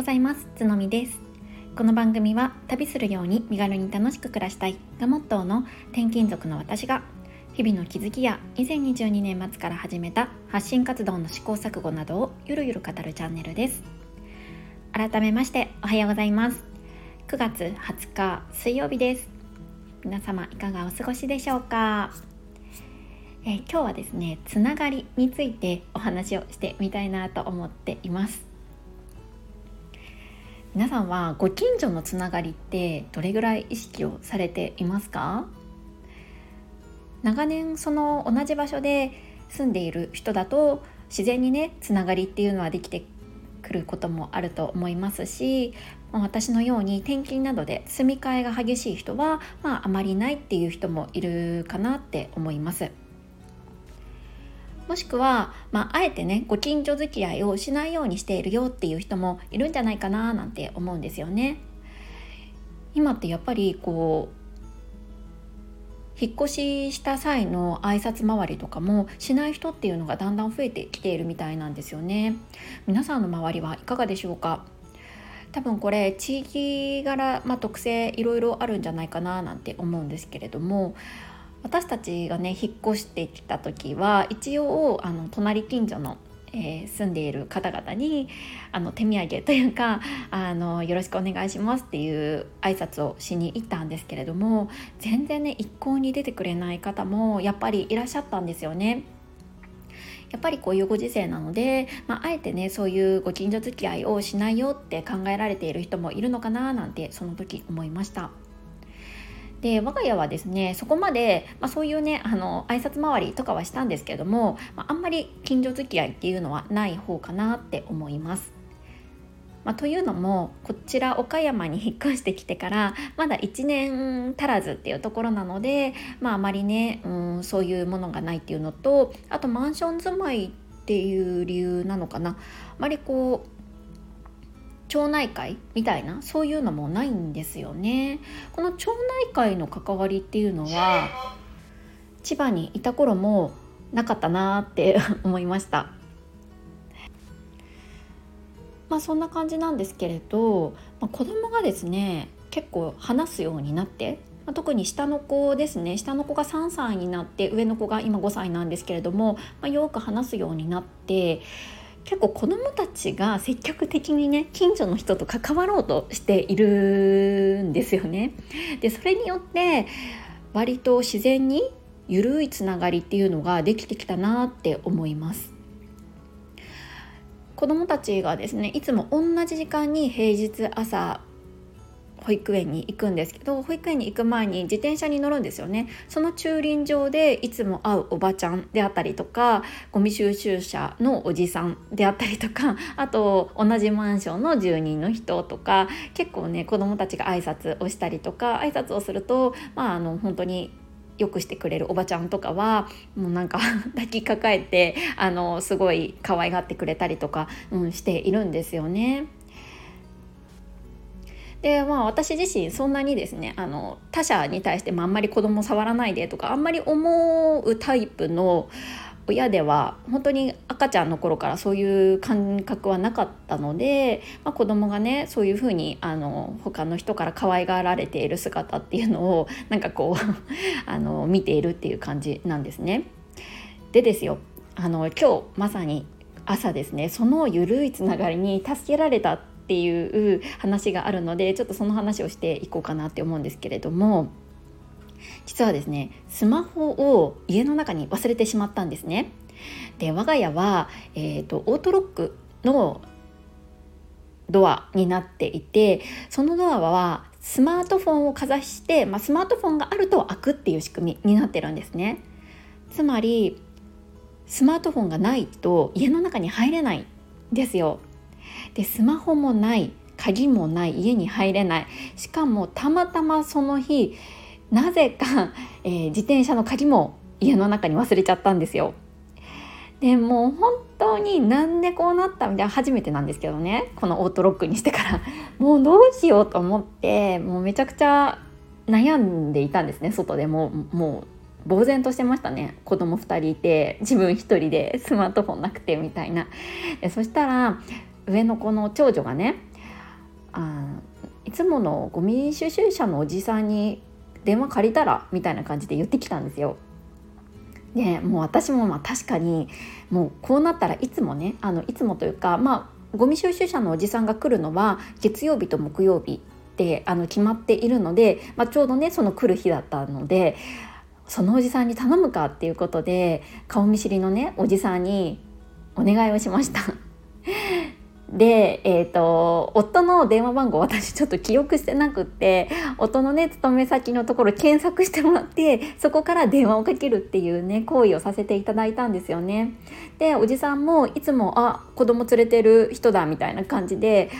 ざいます。つのみです。この番組は旅するように身軽に楽しく暮らしたいがモットーの転勤族の私が日々の気づきや2022年末から始めた発信活動の試行錯誤などをゆるゆる語るチャンネルです。改めましておはようございます。9月20日水曜日です。皆様いかがお過ごしでしょうか。今日はですね、つながりについてお話をしてみたいなと思っています。皆さんはご近所のつながりってどれぐらい意識をされていますか？長年その同じ場所で住んでいる人だと自然にね、つながりっていうのはできてくることもあると思いますし、私のように転勤などで住み替えが激しい人はあまりないっていう人もいるかなって思います。もしくは、あえてね、ご近所付き合いをしないようにしているよっていう人もいるんじゃないかななんて思うんですよね。今ってやっぱり引っ越しした際の挨拶回りとかもしない人っていうのがだんだん増えてきているみたいなんですよね。皆さんの周りはいかがでしょうか？多分これ地域柄、特性いろいろあるんじゃないかななんて思うんですけれども、私たちがね引っ越してきた時は一応隣近所の、住んでいる方々に手土産というかよろしくお願いしますっていう挨拶をしに行ったんですけれども、全然ね一向に出てくれない方もやっぱりいらっしゃったんですよね。やっぱりこういうご時世なので、あえてねそういうご近所付き合いをしないよって考えられている人もいるのかななんてその時思いました。で、我が家はですね、そこまで、そういうね挨拶回りとかはしたんですけれども、あんまり近所付き合いっていうのはない方かなって思います。というのもこちら岡山に引っ越してきてからまだ1年足らずっていうところなので、あまりね、そういうものがないっていうのと、あとマンション住まいっていう理由なのかな、あまり町内会みたいなそういうのもないんですよね。この町内会の関わりっていうのは千葉にいた頃もなかったなって思いました。そんな感じなんですけれど、子供がですね結構話すようになって、特に下の子ですね、下の子が3歳になって上の子が今5歳なんですけれども、よく話すようになって、結構子どもたちが積極的にね近所の人と関わろうとしているんですよね。でそれによって割と自然に緩いつながりっていうのができてきたなって思います。子どもたちがですねいつも同じ時間に平日朝保育園に行くんですけど、保育園に行く前に自転車に乗るんですよね。その駐輪場でいつも会うおばちゃんであったりとか、ゴミ収集車のおじさんであったりとか、あと同じマンションの住人の人とか、結構ね子どもたちが挨拶をしたりとか、挨拶をすると本当によくしてくれるおばちゃんとかはもうなんか抱きかかえてすごい可愛がってくれたりとか、しているんですよね。で私自身そんなにですね他者に対してあんまり子供触らないでとかあんまり思うタイプの親では本当に赤ちゃんの頃からそういう感覚はなかったので、子供がねそういうふうに他の人から可愛がられている姿っていうのを見ているっていう感じなんですね。でですよ、今日まさに朝ですね、その緩いつながりに助けられたっていう話があるので、ちょっとその話をしていこうかなって思うんですけれども、実はですねスマホを家の中に忘れてしまったんですね。で我が家は、オートロックのドアになっていて、そのドアはスマートフォンをかざして、スマートフォンがあると開くっていう仕組みになってるんですね。つまりスマートフォンがないと家の中に入れないんですよ。でスマホもない鍵もない家に入れない、しかもたまたまその日なぜか、自転車の鍵も家の中に忘れちゃったんですよ。でもう本当になんでこうなったみたいな、初めてなんですけどね、このオートロックにしてからもうどうしようと思って、もうめちゃくちゃ悩んでいたんですね。外でもう呆然としてましたね。子供2人いて自分1人でスマートフォンなくてみたいな。でそしたら上の子の長女がね、 いつものゴミ収集車のおじさんに電話借りたらみたいな感じで言ってきたんですよ。でもう私も確かにもうこうなったらいつもねいつもというかゴミ収集車のおじさんが来るのは月曜日と木曜日って決まっているので、ちょうどねその来る日だったので、そのおじさんに頼むかっていうことで顔見知りのねおじさんにお願いをしましたで、夫の電話番号私ちょっと記憶してなくって、夫のね勤め先のところ検索してもらって、そこから電話をかけるっていうね行為をさせていただいたんですよね。でおじさんもいつも子供連れてる人だみたいな感じで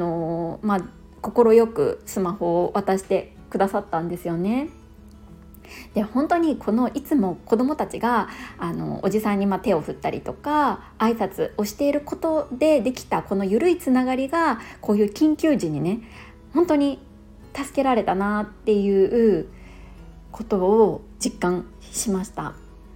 快くスマホを渡してくださったんですよね。で本当にいつも子どもたちがおじさんに手を振ったりとか挨拶をしていることでできたこの緩いつながりが、こういう緊急時にね本当に助けられたなっていうことを実感しました。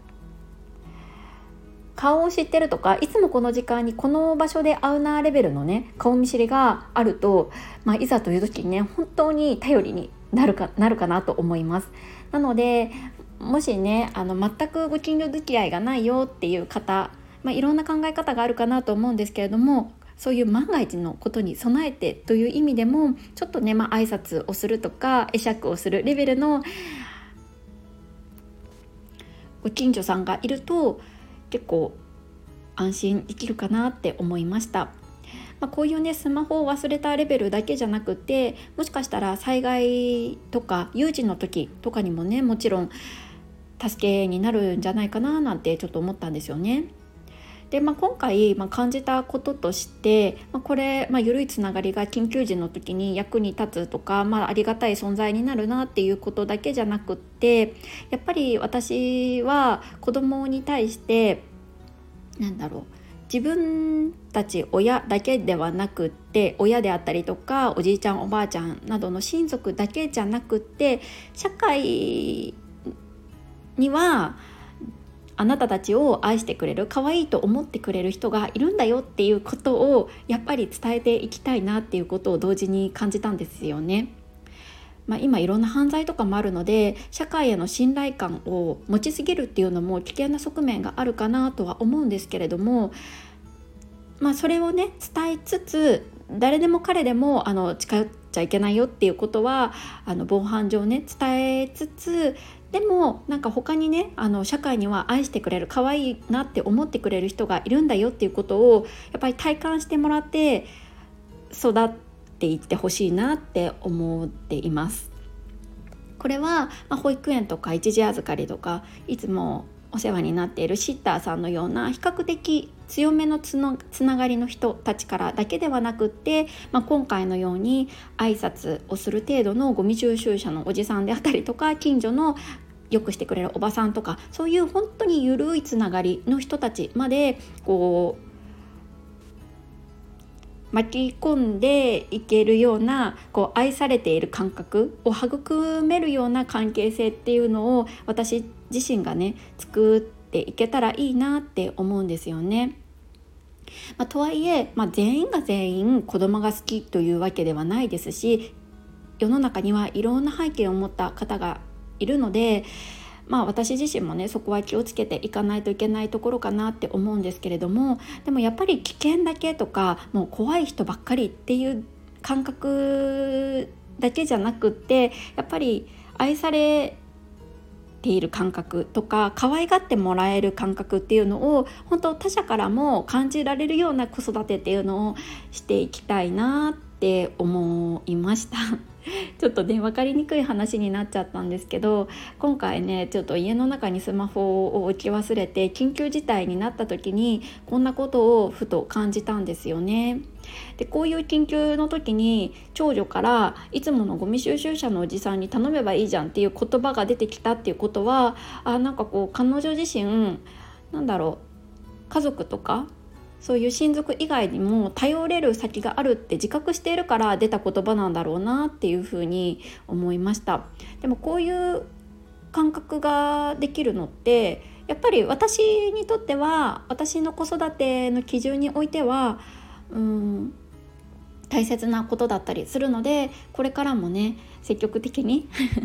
顔を知ってるとか、いつもこの時間にこの場所で会うなレベルのね顔見知りがあると、いざという時にね本当に頼りになるかなと思います。なのでもしね全くご近所付き合いがないよっていう方、いろんな考え方があるかなと思うんですけれども、そういう万が一のことに備えてという意味でもちょっとね挨拶をするとか会釈をするレベルのご近所さんがいると結構安心できるかなって思いました。こういうねスマホを忘れたレベルだけじゃなくて、もしかしたら災害とか有事の時とかにもねもちろん助けになるんじゃないかななんてちょっと思ったんですよね。で、今回、感じたこととして、これ、緩いつながりが緊急時の時に役に立つとか、ありがたい存在になるなっていうことだけじゃなくって、やっぱり私は子供に対して自分たち親だけではなくって、親であったりとかおじいちゃんおばあちゃんなどの親族だけじゃなくって、社会にはあなたたちを愛してくれる、可愛いと思ってくれる人がいるんだよっていうことをやっぱり伝えていきたいなっていうことを同時に感じたんですよね。今いろんな犯罪とかもあるので、社会への信頼感を持ちすぎるっていうのも危険な側面があるかなとは思うんですけれども、それをね伝えつつ、誰でも彼でも近寄っちゃいけないよっていうことは防犯上ね伝えつつ、でも他にね社会には愛してくれる、可愛いなって思ってくれる人がいるんだよっていうことをやっぱり体感してもらって育っていってほしいなって思っています。これは、保育園とか一時預かりとかいつもお世話になっているシッターさんのような比較的強めのつながりの人たちからだけではなくって、今回のように挨拶をする程度のゴミ収集車のおじさんであったりとか、近所のよくしてくれるおばさんとか、そういう本当に緩いつながりの人たちまで巻き込んでいけるような愛されている感覚を育めるような関係性っていうのを私自身がね作っていけたらいいなって思うんですよね。とはいえ、全員が全員子供が好きというわけではないですし、世の中にはいろんな背景を持った方がいるので、私自身もねそこは気をつけていかないといけないところかなって思うんですけれども、でもやっぱり危険だけとかもう怖い人ばっかりっていう感覚だけじゃなくって、やっぱり愛されている感覚とか可愛がってもらえる感覚っていうのを本当他者からも感じられるような子育てっていうのをしていきたいなって思いましたちょっとね分かりにくい話になっちゃったんですけど、今回ねちょっと家の中にスマホを置き忘れて緊急事態になった時にこんなことをふと感じたんですよね。でこういう緊急の時に長女からいつものゴミ収集車のおじさんに頼めばいいじゃんっていう言葉が出てきたっていうことは、彼女自身家族とかそういう親族以外にも頼れる先があるって自覚しているから出た言葉なんだろうなっていうふうに思いました。でもこういう感覚ができるのってやっぱり私にとっては、私の子育ての基準においては大切なことだったりするので、これからもね積極的に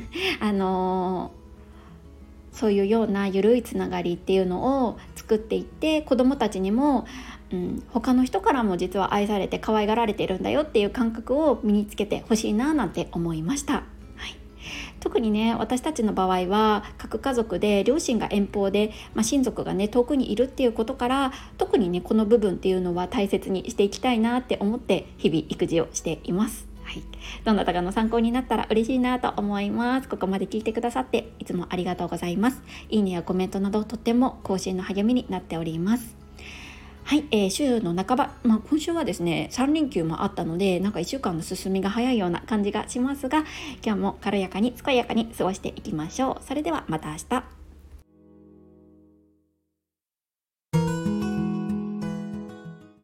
そういうような緩いつながりっていうのを作っていって、子どもたちにも、他の人からも実は愛されて可愛がられているんだよっていう感覚を身につけてほしいななんて思いました。特にね、私たちの場合は核家族で両親が遠方で、親族がね遠くにいるっていうことから、特にねこの部分っていうのは大切にしていきたいなって思って日々育児をしています。どなたかの参考になったら嬉しいなと思います。ここまで聞いてくださっていつもありがとうございます。いいねやコメントなどとっても更新の励みになっております。週の半ば、今週はですね3連休もあったので、なんか1週間の進みが早いような感じがしますが、今日も軽やかに健やかに過ごしていきましょう。それではまた明日。